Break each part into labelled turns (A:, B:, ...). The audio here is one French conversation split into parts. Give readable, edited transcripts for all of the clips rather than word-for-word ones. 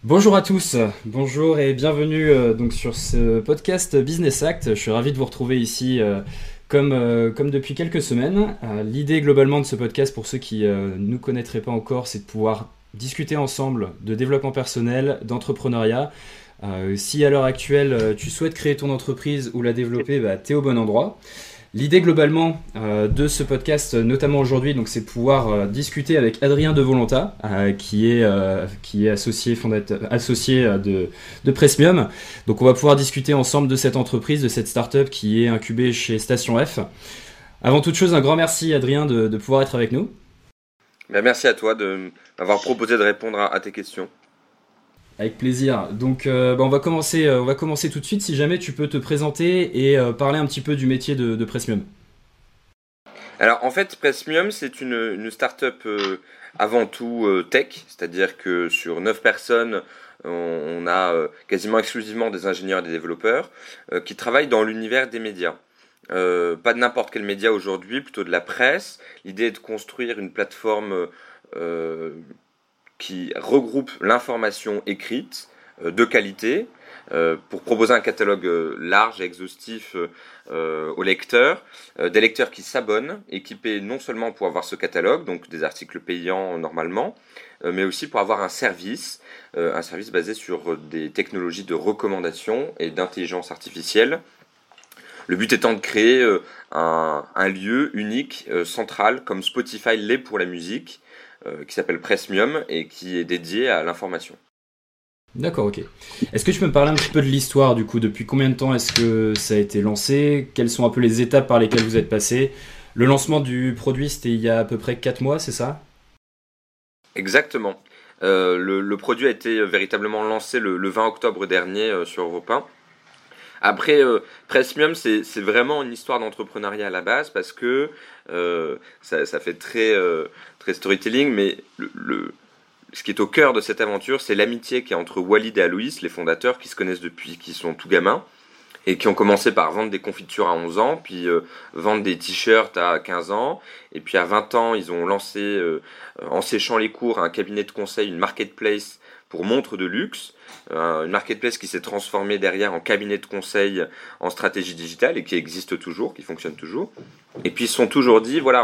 A: Bonjour à tous, bonjour et bienvenue donc sur ce podcast Business Act. Je suis ravi de vous retrouver ici comme depuis quelques semaines. L'idée globalement de ce podcast, pour ceux qui ne nous connaîtraient pas encore, c'est de pouvoir discuter ensemble de développement personnel, d'entrepreneuriat. Si à l'heure actuelle tu souhaites créer ton entreprise ou la développer, t'es au bon endroit. L'idée globalement de ce podcast, notamment aujourd'hui, donc, c'est de pouvoir discuter avec Adrien de Volonta, qui est associé de Presmium. Donc on va pouvoir discuter ensemble de cette entreprise, de cette startup qui est incubée chez Station F. Avant toute chose, un grand merci Adrien de pouvoir être avec nous.
B: Merci à toi de m'avoir proposé de répondre à tes questions.
A: Avec plaisir. Donc on va commencer tout de suite. Si jamais tu peux te présenter et parler un petit peu du métier de Presmium.
B: Alors en fait, Presmium, c'est une start-up avant tout tech, c'est-à-dire que sur 9 personnes, on a quasiment exclusivement des ingénieurs et des développeurs qui travaillent dans l'univers des médias. Pas de n'importe quel média aujourd'hui, plutôt de la presse. L'idée est de construire une plateforme qui regroupe l'information écrite de qualité pour proposer un catalogue large et exhaustif aux lecteurs, des lecteurs qui s'abonnent, équipés non seulement pour avoir ce catalogue, donc des articles payants normalement, mais aussi pour avoir un service basé sur des technologies de recommandation et d'intelligence artificielle. Le but étant de créer un lieu unique, central, comme Spotify l'est pour la musique, qui s'appelle Presmium et qui est dédié à l'information.
A: D'accord, ok. Est-ce que tu peux me parler un petit peu de l'histoire du coup? Depuis combien de temps est-ce que ça a été lancé? Quelles sont un peu les étapes par lesquelles vous êtes passé? Le lancement du produit, c'était il y a à peu près 4 mois, c'est ça?
B: Exactement. Le produit a été véritablement lancé le 20 octobre dernier sur Europe 1. Après, Presmium, c'est vraiment une histoire d'entrepreneuriat à la base parce que ça fait très storytelling, mais ce qui est au cœur de cette aventure, c'est l'amitié qui est entre Walid et Aloïs, les fondateurs qui se connaissent depuis qu'ils sont tout gamins et qui ont commencé par vendre des confitures à 11 ans, puis vendre des t-shirts à 15 ans, et puis à 20 ans, ils ont lancé, en séchant les cours, un cabinet de conseil, une marketplace pour montres de luxe, une marketplace qui s'est transformée derrière en cabinet de conseil en stratégie digitale et qui existe toujours, qui fonctionne toujours. Et puis ils se sont toujours dit, voilà,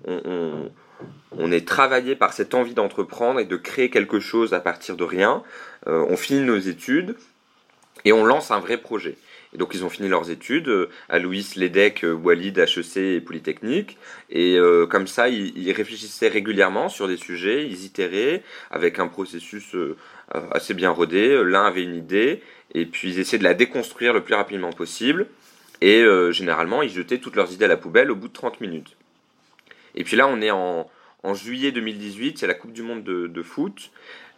B: on est travaillé par cette envie d'entreprendre et de créer quelque chose à partir de rien. On finit nos études et on lance un vrai projet. Et donc ils ont fini leurs études, Aloïs, l'EDEC, Walid, HEC et Polytechnique. Et comme ça, ils réfléchissaient régulièrement sur des sujets, ils itéraient avec un processus assez bien rodé. L'un avait une idée et puis ils essayaient de la déconstruire le plus rapidement possible. Et généralement, ils jetaient toutes leurs idées à la poubelle au bout de 30 minutes. Et puis là, on est en juillet 2018, c'est la Coupe du Monde de foot.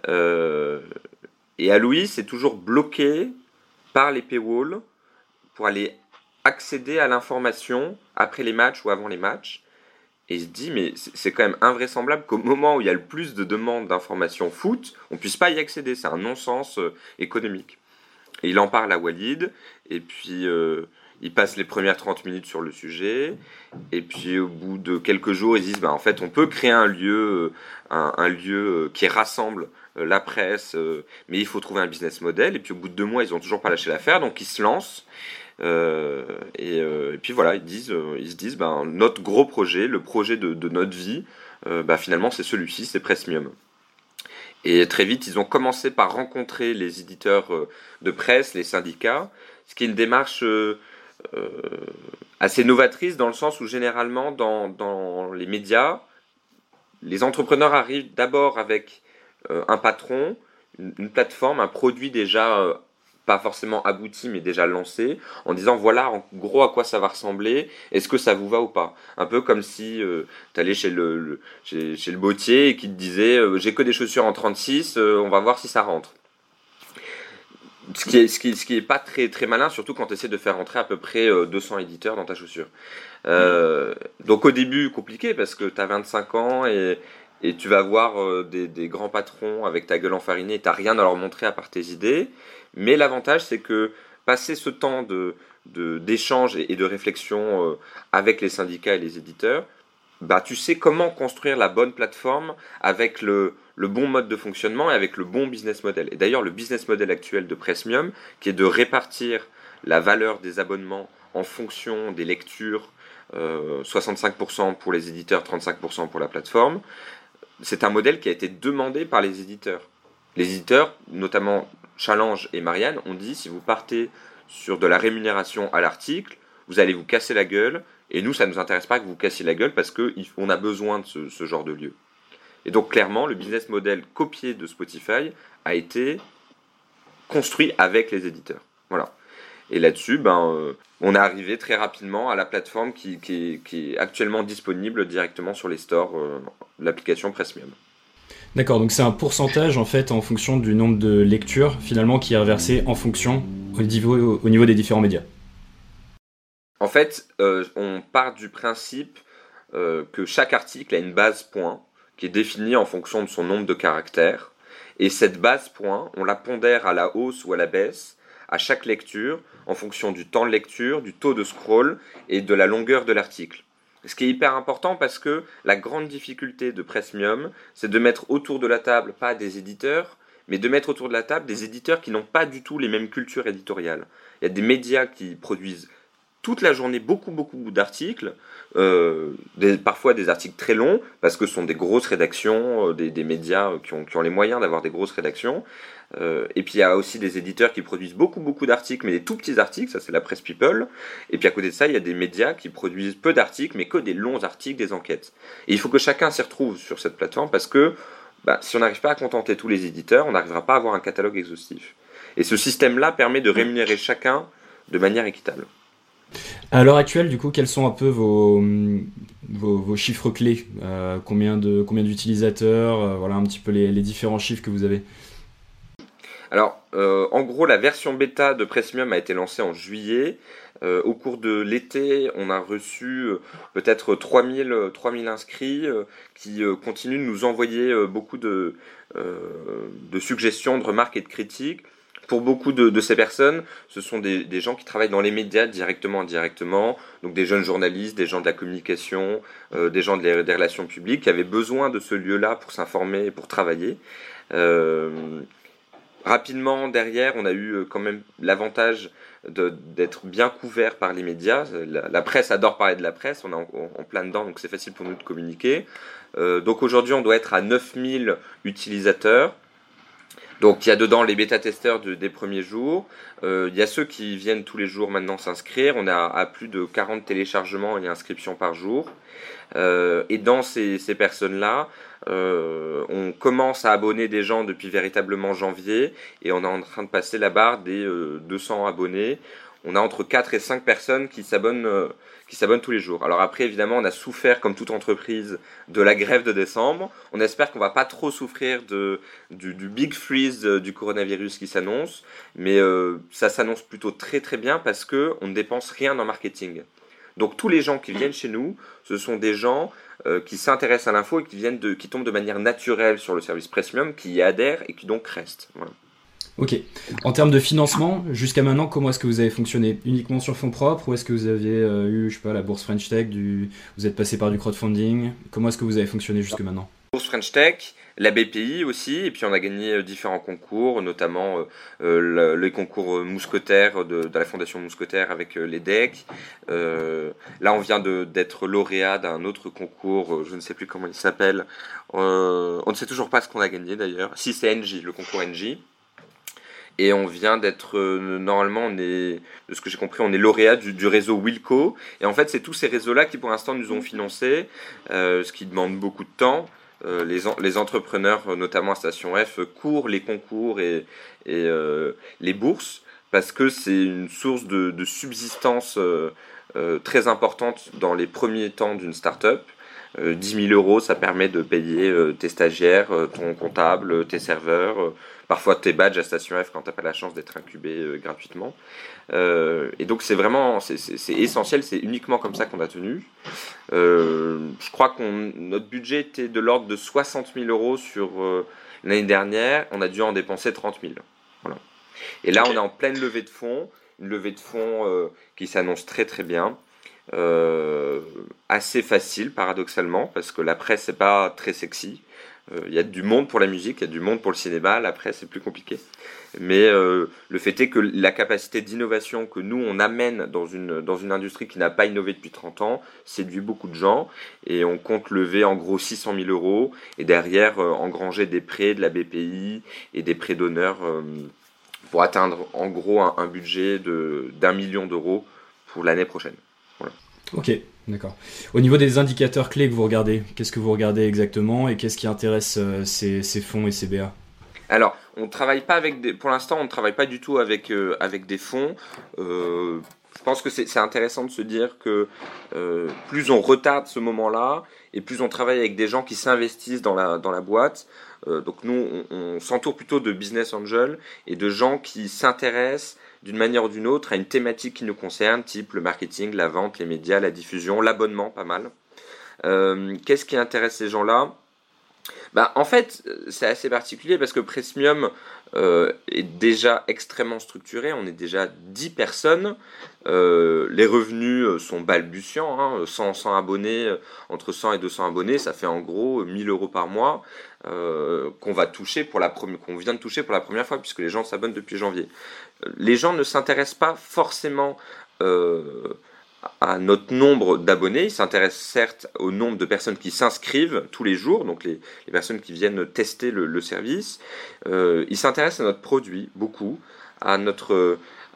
B: Et Aloïs est toujours bloqué par les paywalls pour aller accéder à l'information après les matchs ou avant les matchs. Et il se dit, mais c'est quand même invraisemblable qu'au moment où il y a le plus de demandes d'informations foot, on ne puisse pas y accéder. C'est un non-sens économique. Et il en parle à Walid, et puis il passe les premières 30 minutes sur le sujet, et puis au bout de quelques jours, ils disent, en fait, on peut créer un lieu, un lieu qui rassemble la presse, mais il faut trouver un business model, et puis au bout de 2 mois, ils n'ont toujours pas lâché l'affaire, donc ils se lancent, et puis voilà, ils se disent, notre gros projet, le projet de notre vie, finalement, c'est celui-ci, c'est Presmium. Et très vite, ils ont commencé par rencontrer les éditeurs de presse, les syndicats, ce qui est une démarche assez novatrice dans le sens où généralement dans les médias, les entrepreneurs arrivent d'abord avec un patron, une plateforme, un produit déjà pas forcément abouti mais déjà lancé, en disant voilà en gros à quoi ça va ressembler, est-ce que ça vous va ou pas. Un peu comme si tu allais chez le bottier et qu'il te disait j'ai que des chaussures en 36, on va voir si ça rentre. Ce qui est pas très malin, surtout quand tu essaies de faire rentrer à peu près 200 éditeurs dans ta chaussure. Donc au début, compliqué parce que tu as 25 ans et tu vas voir des grands patrons avec ta gueule enfarinée et tu n'as rien à leur montrer à part tes idées. Mais l'avantage, c'est que passer ce temps d'échange et de réflexion avec les syndicats et les éditeurs, bah, tu sais comment construire la bonne plateforme avec le bon mode de fonctionnement et avec le bon business model. Et d'ailleurs, le business model actuel de Premium, qui est de répartir la valeur des abonnements en fonction des lectures, 65% pour les éditeurs, 35% pour la plateforme, c'est un modèle qui a été demandé par les éditeurs. Les éditeurs, notamment Challenge et Marianne, ont dit si vous partez sur de la rémunération à l'article, vous allez vous casser la gueule, et nous, ça ne nous intéresse pas que vous cassiez la gueule parce qu'on a besoin de ce genre de lieu. Et donc clairement, le business model copié de Spotify a été construit avec les éditeurs. Voilà. Et là-dessus, on est arrivé très rapidement à la plateforme qui est actuellement disponible directement sur les stores de l'application Premium.
A: D'accord, donc c'est un pourcentage en fait en fonction du nombre de lectures finalement qui est reversé en fonction au niveau des différents médias.
B: En fait, on part du principe que chaque article a une base point qui est définie en fonction de son nombre de caractères. Et cette base point, on la pondère à la hausse ou à la baisse à chaque lecture en fonction du temps de lecture, du taux de scroll et de la longueur de l'article. Ce qui est hyper important parce que la grande difficulté de Premium, c'est de mettre autour de la table, pas des éditeurs, mais de mettre autour de la table des éditeurs qui n'ont pas du tout les mêmes cultures éditoriales. Il y a des médias qui produisent toute la journée beaucoup d'articles, parfois des articles très longs, parce que ce sont des grosses rédactions, des médias qui ont les moyens d'avoir des grosses rédactions. Et puis il y a aussi des éditeurs qui produisent beaucoup d'articles, mais des tout petits articles, ça c'est la Presse People. Et puis à côté de ça, il y a des médias qui produisent peu d'articles, mais que des longs articles, des enquêtes. Et il faut que chacun s'y retrouve sur cette plateforme, parce que si on n'arrive pas à contenter tous les éditeurs, on n'arrivera pas à avoir un catalogue exhaustif. Et ce système-là permet de rémunérer chacun de manière équitable.
A: À l'heure actuelle, du coup, quels sont un peu vos chiffres clés, combien d'utilisateurs, voilà un petit peu les différents chiffres que vous avez.
B: Alors, en gros, la version bêta de Premium a été lancée en juillet. Au cours de l'été, on a reçu peut-être 3000 inscrits qui continuent de nous envoyer beaucoup de suggestions, de remarques et de critiques. Pour beaucoup de ces personnes, ce sont des gens qui travaillent dans les médias directement, indirectement, donc des jeunes journalistes, des gens de la communication, des gens des relations publiques qui avaient besoin de ce lieu-là pour s'informer et pour travailler. Rapidement, derrière, on a eu quand même l'avantage d'être bien couvert par les médias. La presse adore parler de la presse, on est en plein dedans, donc c'est facile pour nous de communiquer. Donc aujourd'hui, on doit être à 9000 utilisateurs. Donc il y a dedans les bêta-testeurs des premiers jours, il y a ceux qui viennent tous les jours maintenant s'inscrire, on a à plus de 40 téléchargements et inscriptions par jour. Et dans ces personnes-là, on commence à abonner des gens depuis véritablement janvier et on est en train de passer la barre des 200 abonnés. On a entre 4 et 5 personnes qui s'abonnent tous les jours. Alors après, évidemment, on a souffert, comme toute entreprise, de la grève de décembre. On espère qu'on va pas trop souffrir du big freeze du coronavirus qui s'annonce. Mais ça s'annonce plutôt très très bien parce qu'on ne dépense rien en marketing. Donc tous les gens qui viennent chez nous, ce sont des gens qui s'intéressent à l'info et qui tombent de manière naturelle sur le service Premium, qui y adhèrent et qui donc restent. Voilà.
A: Ok. En termes de financement, jusqu'à maintenant, comment est-ce que vous avez fonctionné ? Uniquement sur fonds propres ou est-ce que vous aviez eu, je sais pas, la bourse French Tech, vous êtes passé par du crowdfunding ? Comment est-ce que vous avez fonctionné jusque maintenant ?
B: Bourse French Tech, la BPI aussi, et puis on a gagné différents concours, notamment les concours Mousquetaires de la Fondation Mousquetaire avec les DEC. Là, on vient d'être lauréat d'un autre concours, je ne sais plus comment il s'appelle. On ne sait toujours pas ce qu'on a gagné d'ailleurs. Si, c'est NJ, le concours NJ. Et on vient d'être, normalement, de ce que j'ai compris, on est lauréat du réseau Wilco. Et en fait, c'est tous ces réseaux-là qui, pour l'instant, nous ont financés, ce qui demande beaucoup de temps. Les entrepreneurs, notamment à Station F, courent les concours et les bourses, parce que c'est une source de subsistance très importante dans les premiers temps d'une start-up. 10 000 euros, ça permet de payer tes stagiaires, ton comptable, tes serveurs, parfois tes badges à Station F quand tu n'as pas la chance d'être incubé gratuitement. Et donc c'est vraiment, c'est essentiel, c'est uniquement comme ça qu'on a tenu. Je crois que notre budget était de l'ordre de 60 000 euros sur l'année dernière, on a dû en dépenser 30 000. Voilà. Et là on est en pleine levée de fonds, une levée de fonds qui s'annonce très très bien. assez facile paradoxalement, parce que la presse c'est pas très sexy. Il y a du monde pour la musique, il y a du monde pour le cinéma, la presse c'est plus compliqué. Mais le fait est que la capacité d'innovation que nous on amène dans une industrie qui n'a pas innové depuis 30 ans séduit beaucoup de gens, et on compte lever en gros 600 000 euros et derrière engranger des prêts de la BPI et des prêts d'honneur pour atteindre en gros un budget d'1 million d'euros pour l'année prochaine. Voilà.
A: Ok, d'accord. Au niveau des indicateurs clés que vous regardez, qu'est-ce que vous regardez exactement et qu'est-ce qui intéresse ces fonds et ces BA?
B: Alors, on travaille pas pour l'instant, on ne travaille pas du tout avec des fonds. Je pense que c'est intéressant de se dire que plus on retarde ce moment-là et plus on travaille avec des gens qui s'investissent dans la boîte. Donc nous, on s'entoure plutôt de business angels et de gens qui s'intéressent d'une manière ou d'une autre à une thématique qui nous concerne, type le marketing, la vente, les médias, la diffusion, l'abonnement, pas mal. Qu'est-ce qui intéresse ces gens-là ? En fait, c'est assez particulier parce que Premium est déjà extrêmement structuré. On est déjà 10 personnes. Les revenus sont balbutiants. Hein, 100 abonnés, entre 100 et 200 abonnés, ça fait en gros 1 000 euros par mois qu'on vient de toucher pour la première fois puisque les gens s'abonnent depuis janvier. Les gens ne s'intéressent pas forcément à notre nombre d'abonnés. Ils s'intéressent certes au nombre de personnes qui s'inscrivent tous les jours, donc les personnes qui viennent tester le service. Ils s'intéressent à notre produit beaucoup, à notre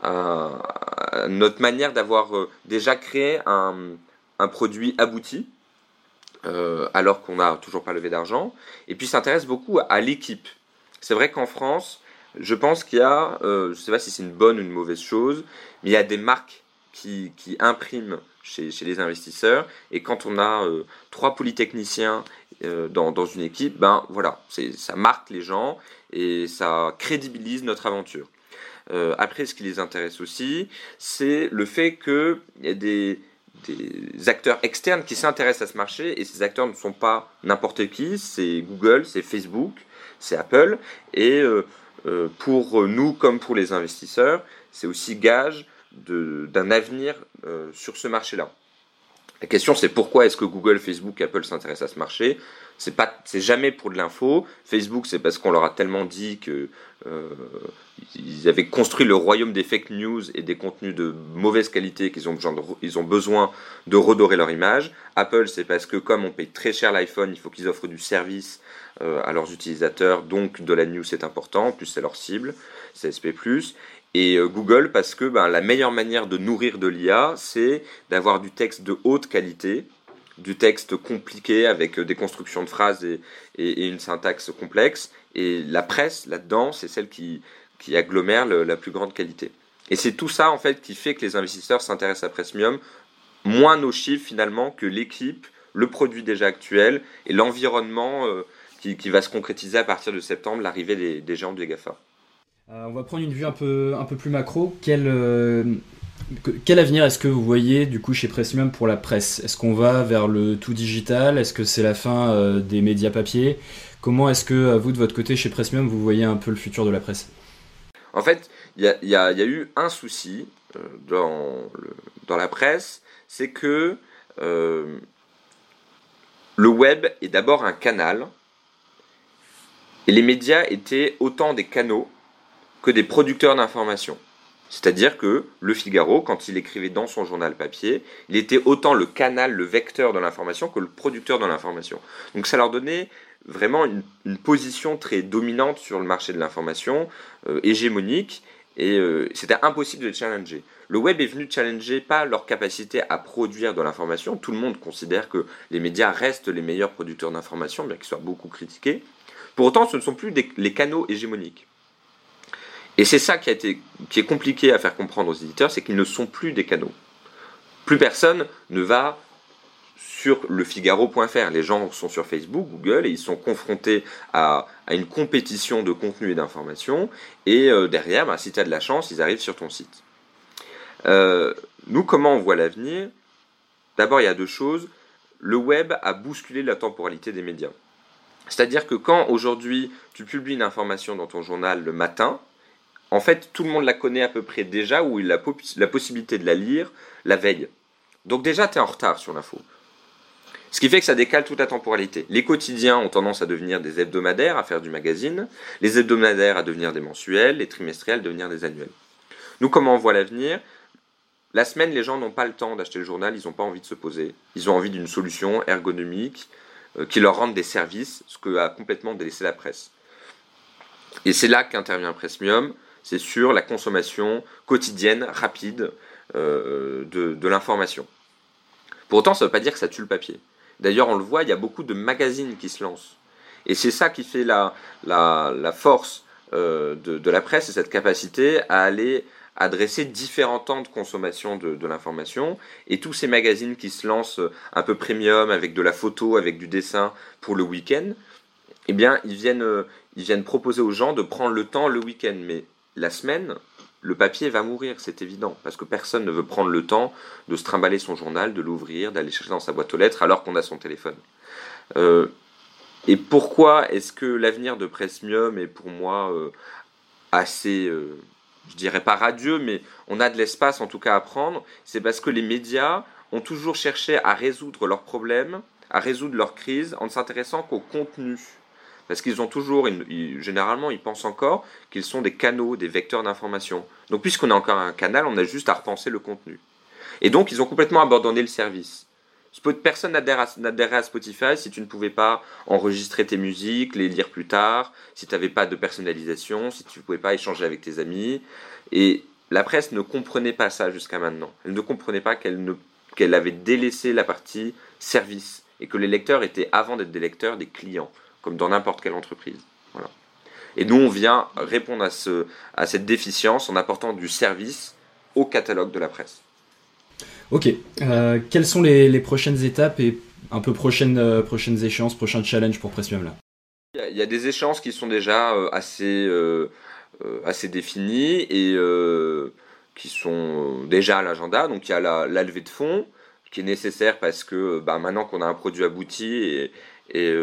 B: manière d'avoir déjà créé un produit abouti, alors qu'on n'a toujours pas levé d'argent. Et puis ils s'intéressent beaucoup à l'équipe. C'est vrai qu'en France, je pense qu'il y a, je ne sais pas si c'est une bonne ou une mauvaise chose, mais il y a des marques qui impriment chez les investisseurs, et quand on a 3 polytechniciens dans une équipe, voilà, ça marque les gens et ça crédibilise notre aventure. Après, ce qui les intéresse aussi, c'est le fait qu'il y a des acteurs externes qui s'intéressent à ce marché, et ces acteurs ne sont pas n'importe qui, c'est Google, c'est Facebook, c'est Apple, et pour nous comme pour les investisseurs, c'est aussi gage d'un avenir sur ce marché-là. La question, c'est pourquoi est-ce que Google, Facebook, Apple s'intéressent à ce marché ? C'est jamais pour de l'info. Facebook, c'est parce qu'on leur a tellement dit que ils avaient construit le royaume des fake news et des contenus de mauvaise qualité, qu'ils ont besoin de redorer leur image. Apple, c'est parce que comme on paye très cher l'iPhone, il faut qu'ils offrent du service à leurs utilisateurs, donc de la news c'est important, en plus c'est leur cible, c'est SP+. Et Google, parce que la meilleure manière de nourrir de l'IA, c'est d'avoir du texte de haute qualité, du texte compliqué avec des constructions de phrases et une syntaxe complexe. Et la presse, là-dedans, c'est celle qui agglomère la plus grande qualité. Et c'est tout ça, en fait, qui fait que les investisseurs s'intéressent à Premium, moins nos chiffres, finalement, que l'équipe, le produit déjà actuel et l'environnement qui va se concrétiser à partir de septembre, l'arrivée des géants du GAFA.
A: On va prendre une vue un peu plus macro. Quel avenir est-ce que vous voyez du coup chez Premium pour la presse ? Est-ce qu'on va vers le tout digital ? Est-ce que c'est la fin des médias papier ? Comment est-ce que vous de votre côté chez Premium vous voyez un peu le futur de la presse ?
B: En fait, il y a eu un souci dans la presse, c'est que le web est d'abord un canal et les médias étaient autant des canaux que des producteurs d'informations. C'est-à-dire que Le Figaro, quand il écrivait dans son journal papier, il était autant le canal, le vecteur de l'information que le producteur de l'information. Donc ça leur donnait vraiment une position très dominante sur le marché de l'information, hégémonique, et c'était impossible de les challenger. Le web est venu challenger pas leur capacité à produire de l'information. Tout le monde considère que les médias restent les meilleurs producteurs d'information, bien qu'ils soient beaucoup critiqués. Pour autant, ce ne sont plus les canaux hégémoniques. Et c'est ça qui est compliqué à faire comprendre aux éditeurs, c'est qu'ils ne sont plus des canaux. Plus personne ne va sur lefigaro.fr. Les gens sont sur Facebook, Google, et ils sont confrontés à une compétition de contenu et d'information. Et derrière, si tu as de la chance, ils arrivent sur ton site. Nous, comment on voit l'avenir ? D'abord, il y a 2 choses. Le web a bousculé la temporalité des médias. C'est-à-dire que quand aujourd'hui tu publies une information dans ton journal le matin, en fait tout le monde la connaît à peu près déjà, ou il a la possibilité de la lire la veille. Donc déjà, tu es en retard sur l'info. Ce qui fait que ça décale toute la temporalité. Les quotidiens ont tendance à devenir des hebdomadaires, à faire du magazine, les hebdomadaires à devenir des mensuels, les trimestriels à devenir des annuels. Nous, comment on voit l'avenir ? La semaine, les gens n'ont pas le temps d'acheter le journal, ils n'ont pas envie de se poser. Ils ont envie d'une solution ergonomique qui leur rende des services, ce que a complètement délaissé la presse. Et c'est là qu'intervient Presmium, c'est sur la consommation quotidienne, rapide de l'information. Pour autant, ça ne veut pas dire que ça tue le papier. D'ailleurs, on le voit, il y a beaucoup de magazines qui se lancent. Et c'est ça qui fait la force de la presse, c'est cette capacité à aller adresser différents temps de consommation de l'information. Et tous ces magazines qui se lancent un peu premium, avec de la photo, avec du dessin pour le week-end, eh bien, ils viennent proposer aux gens de prendre le temps le week-end. Mais la semaine, le papier va mourir, c'est évident, parce que personne ne veut prendre le temps de se trimballer son journal, de l'ouvrir, d'aller chercher dans sa boîte aux lettres alors qu'on a son téléphone. Et pourquoi est-ce que l'avenir de Presmium est pour moi assez, je dirais pas radieux, mais on a de l'espace en tout cas à prendre? C'est parce que les médias ont toujours cherché à résoudre leurs problèmes, à résoudre leurs crises en ne s'intéressant qu'au contenu. Parce qu'ils ont toujours, généralement, ils pensent encore qu'ils sont des canaux, des vecteurs d'information. Donc, puisqu'on a encore un canal, on a juste à repenser le contenu. Et donc, ils ont complètement abandonné le service. Personne n'adhérait à Spotify si tu ne pouvais pas enregistrer tes musiques, les lire plus tard, si tu n'avais pas de personnalisation, si tu ne pouvais pas échanger avec tes amis. Et la presse ne comprenait pas ça jusqu'à maintenant. Elle ne comprenait pas qu'elle avait délaissé la partie service et que les lecteurs étaient, avant d'être des lecteurs, des clients, comme dans n'importe quelle entreprise. Voilà. Et nous, on vient répondre à cette déficience en apportant du service au catalogue de la presse.
A: Ok. Quelles sont les prochaines étapes et un peu prochaines échéances, prochains challenges pour Presmium là?
B: Il y a des échéances qui sont déjà assez définies et qui sont déjà à l'agenda. Donc il y a la levée de fonds qui est nécessaire parce que maintenant qu'on a un produit abouti et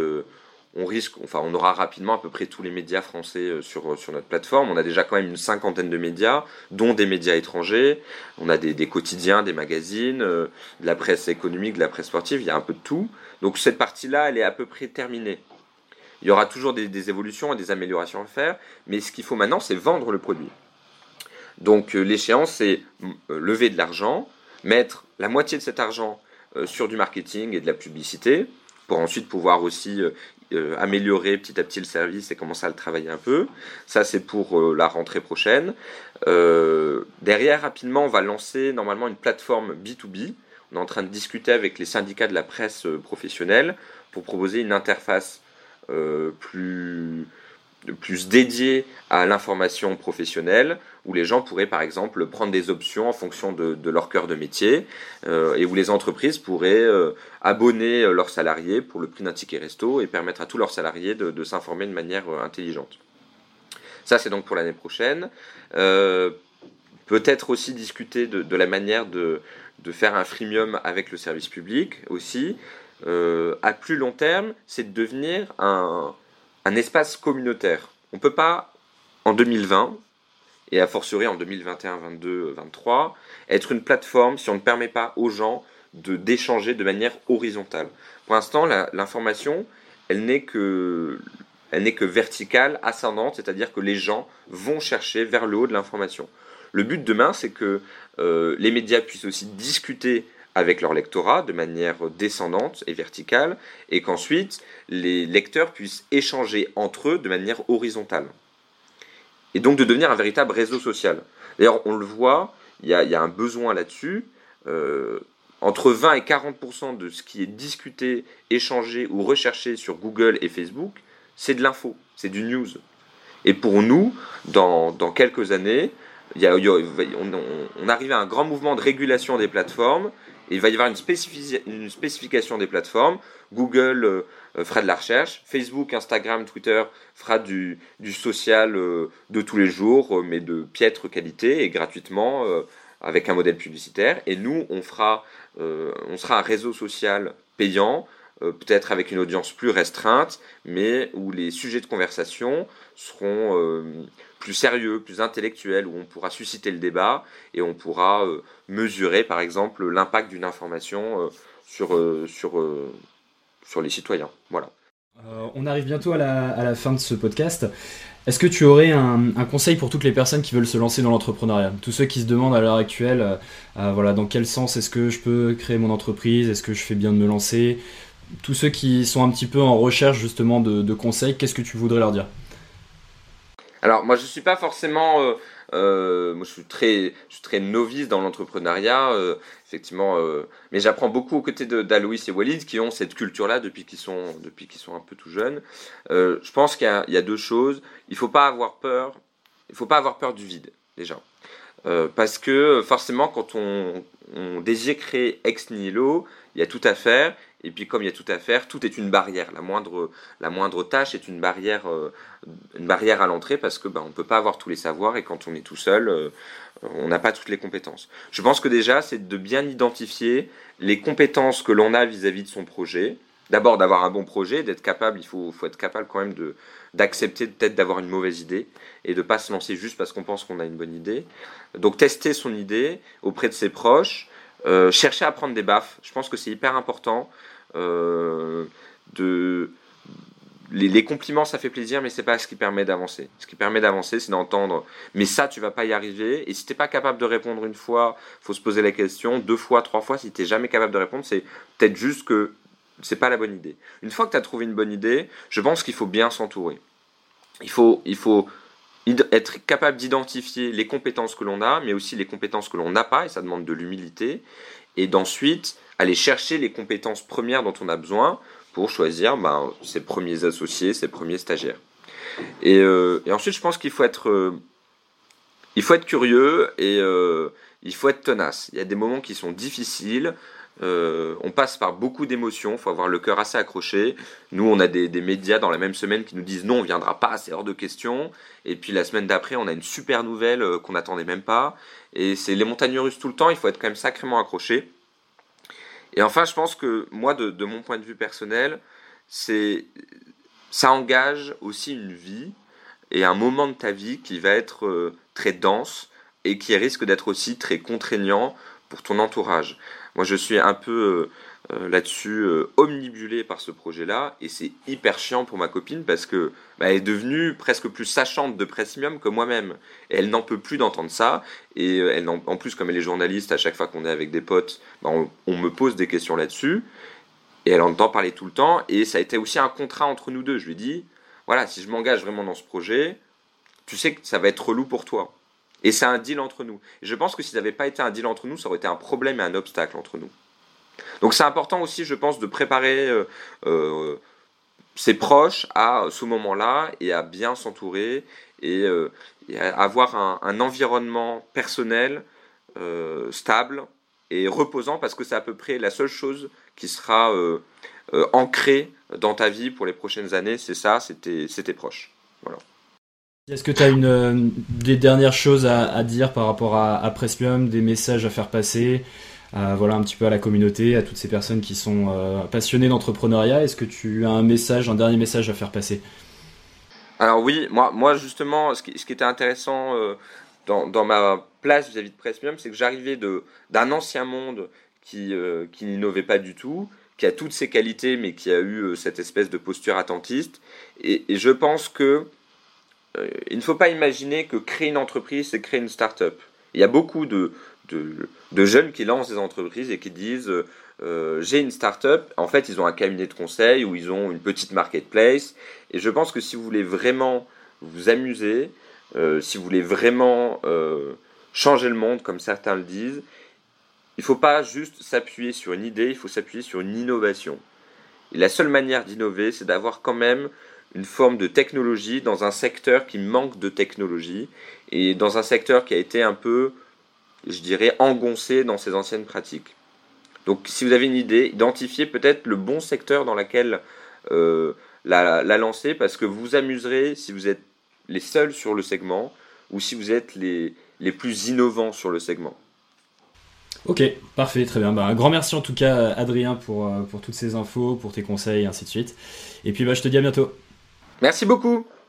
B: on aura rapidement à peu près tous les médias français sur notre plateforme. On a déjà quand même une 50aine de médias, dont des médias étrangers. On a des quotidiens, des magazines, de la presse économique, de la presse sportive, il y a un peu de tout. Donc cette partie-là, elle est à peu près terminée. Il y aura toujours des évolutions et des améliorations à faire, mais ce qu'il faut maintenant, c'est vendre le produit. Donc l'échéance, c'est lever de l'argent, mettre la moitié de cet argent sur du marketing et de la publicité, pour ensuite pouvoir aussi améliorer petit à petit le service et commencer à le travailler un peu. Ça, c'est pour la rentrée prochaine. Derrière, rapidement, on va lancer normalement une plateforme B2B. On est en train de discuter avec les syndicats de la presse professionnelle pour proposer une interface plus dédiée à l'information professionnelle, où les gens pourraient par exemple prendre des options en fonction de leur cœur de métier, et où les entreprises pourraient abonner leurs salariés pour le prix d'un ticket resto et permettre à tous leurs salariés de s'informer de manière intelligente. Ça, c'est donc pour l'année prochaine. Peut-être aussi discuter de la manière de faire un freemium avec le service public aussi. À plus long terme, c'est de devenir un espace communautaire. On ne peut pas, en 2020, et a fortiori en 2021, 2022, 2023, être une plateforme si on ne permet pas aux gens d'échanger de manière horizontale. Pour l'instant, l'information, elle n'est que verticale, ascendante, c'est-à-dire que les gens vont chercher vers le haut de l'information. Le but demain, c'est que les médias puissent aussi discuter avec leur lectorat de manière descendante et verticale, et qu'ensuite les lecteurs puissent échanger entre eux de manière horizontale. Et donc de devenir un véritable réseau social. D'ailleurs, on le voit, il y a un besoin là-dessus. Entre 20 et 40% de ce qui est discuté, échangé ou recherché sur Google et Facebook, c'est de l'info, c'est du news. Et pour nous, dans quelques années, on arrive à un grand mouvement de régulation des plateformes. Et il va y avoir une spécification des plateformes. Google fera de la recherche. Facebook, Instagram, Twitter fera du social de tous les jours, mais de piètre qualité et gratuitement, avec un modèle publicitaire. Et nous, on sera un réseau social payant, peut-être avec une audience plus restreinte, mais où les sujets de conversation seront plus sérieux, plus intellectuel, où on pourra susciter le débat et on pourra mesurer, par exemple, l'impact d'une information sur les citoyens. Voilà.
A: On arrive bientôt à la fin de ce podcast. Est-ce que tu aurais un conseil pour toutes les personnes qui veulent se lancer dans l'entrepreneuriat? Tous ceux qui se demandent à l'heure actuelle, voilà, dans quel sens est-ce que je peux créer mon entreprise? Est-ce que je fais bien de me lancer? Tous ceux qui sont un petit peu en recherche justement de conseils, qu'est-ce que tu voudrais leur dire?
B: Alors, moi, je suis pas forcément. Moi, je suis très novice dans l'entrepreneuriat, effectivement. Mais j'apprends beaucoup aux côtés d'Aloïs et Walid qui ont cette culture-là depuis qu'ils sont un peu tout jeunes. Je pense qu'il y a deux choses. Il faut pas avoir peur. Il faut pas avoir peur du vide, déjà. Parce que forcément, quand on désire créer ex nihilo, il y a tout à faire. Et puis, comme il y a tout à faire, tout est une barrière. La moindre tâche est une barrière à l'entrée parce que on ne peut pas avoir tous les savoirs et quand on est tout seul, on n'a pas toutes les compétences. Je pense que déjà, c'est de bien identifier les compétences que l'on a vis-à-vis de son projet. D'abord, d'avoir un bon projet, d'être capable, il faut être capable quand même d'accepter peut-être d'avoir une mauvaise idée et de ne pas se lancer juste parce qu'on pense qu'on a une bonne idée. Donc, tester son idée auprès de ses proches, chercher à prendre des baffes. Je pense que c'est hyper important. Les compliments, ça fait plaisir, mais c'est pas ce qui permet d'avancer. Ce qui permet d'avancer, c'est d'entendre mais ça, tu vas pas y arriver. Et si t'es pas capable de répondre une fois, faut se poser la question, 2 fois, 3 fois. Si t'es jamais capable de répondre, c'est peut-être juste que c'est pas la bonne idée. Une fois que tu as trouvé une bonne idée, je pense qu'il faut bien s'entourer. Il faut être capable d'identifier les compétences que l'on a, mais aussi les compétences que l'on n'a pas, et ça demande de l'humilité, et d'ensuite aller chercher les compétences premières dont on a besoin pour choisir ses premiers associés, ses premiers stagiaires. Et ensuite, je pense qu'il faut être curieux et il faut être tenace. Il y a des moments qui sont difficiles. On passe par beaucoup d'émotions, il faut avoir le cœur assez accroché. Nous, on a des médias dans la même semaine qui nous disent non, on ne viendra pas, c'est hors de question. Et puis la semaine d'après, on a une super nouvelle qu'on n'attendait même pas. Et c'est les montagnes russes tout le temps, il faut être quand même sacrément accroché. Et enfin, je pense que moi, de mon point de vue personnel, ça engage aussi une vie et un moment de ta vie qui va être très dense et qui risque d'être aussi très contraignant pour ton entourage. Moi, je suis un peu là-dessus omnibulé par ce projet-là et c'est hyper chiant pour ma copine parce que elle est devenue presque plus sachante de Pressmium que moi-même. Et elle n'en peut plus d'entendre ça et en plus, comme elle est journaliste, à chaque fois qu'on est avec des potes, on me pose des questions là-dessus et elle entend parler tout le temps et ça a été aussi un contrat entre nous deux. Je lui ai dit, voilà, si je m'engage vraiment dans ce projet, tu sais que ça va être relou pour toi. Et c'est un deal entre nous. Et je pense que si ça n'avait pas été un deal entre nous, ça aurait été un problème et un obstacle entre nous. Donc c'est important aussi, je pense, de préparer ses proches à ce moment-là et à bien s'entourer et à avoir un environnement personnel stable et reposant parce que c'est à peu près la seule chose qui sera ancrée dans ta vie pour les prochaines années. C'est ça, c'est tes proches. Voilà.
A: Est-ce que tu as des dernières choses à dire par rapport à Pressmium, des messages à faire passer, voilà, un petit peu à la communauté, à toutes ces personnes qui sont passionnées d'entrepreneuriat? Est-ce que tu as un dernier message à faire passer?
B: Alors oui, moi justement, ce qui était intéressant dans ma place vis-à-vis de Pressmium, c'est que j'arrivais d'un ancien monde qui n'innovait pas du tout, qui a toutes ses qualités, mais qui a eu cette espèce de posture attentiste. Et je pense que il ne faut pas imaginer que créer une entreprise, c'est créer une start-up. Il y a beaucoup de jeunes qui lancent des entreprises et qui disent j'ai une start-up. En fait, ils ont un cabinet de conseil ou ils ont une petite marketplace. Et je pense que si vous voulez vraiment vous amuser, si vous voulez vraiment changer le monde, comme certains le disent, il ne faut pas juste s'appuyer sur une idée, il faut s'appuyer sur une innovation. Et la seule manière d'innover, c'est d'avoir quand même une forme de technologie dans un secteur qui manque de technologie et dans un secteur qui a été un peu, je dirais, engoncé dans ses anciennes pratiques. Donc si vous avez une idée, identifiez peut-être le bon secteur dans lequel la lancer parce que vous vous amuserez si vous êtes les seuls sur le segment ou si vous êtes les plus innovants sur le segment.
A: Ok, parfait, très bien. Un grand merci en tout cas Adrien pour toutes ces infos, pour tes conseils et ainsi de suite. Et puis je te dis à bientôt.
B: Merci beaucoup.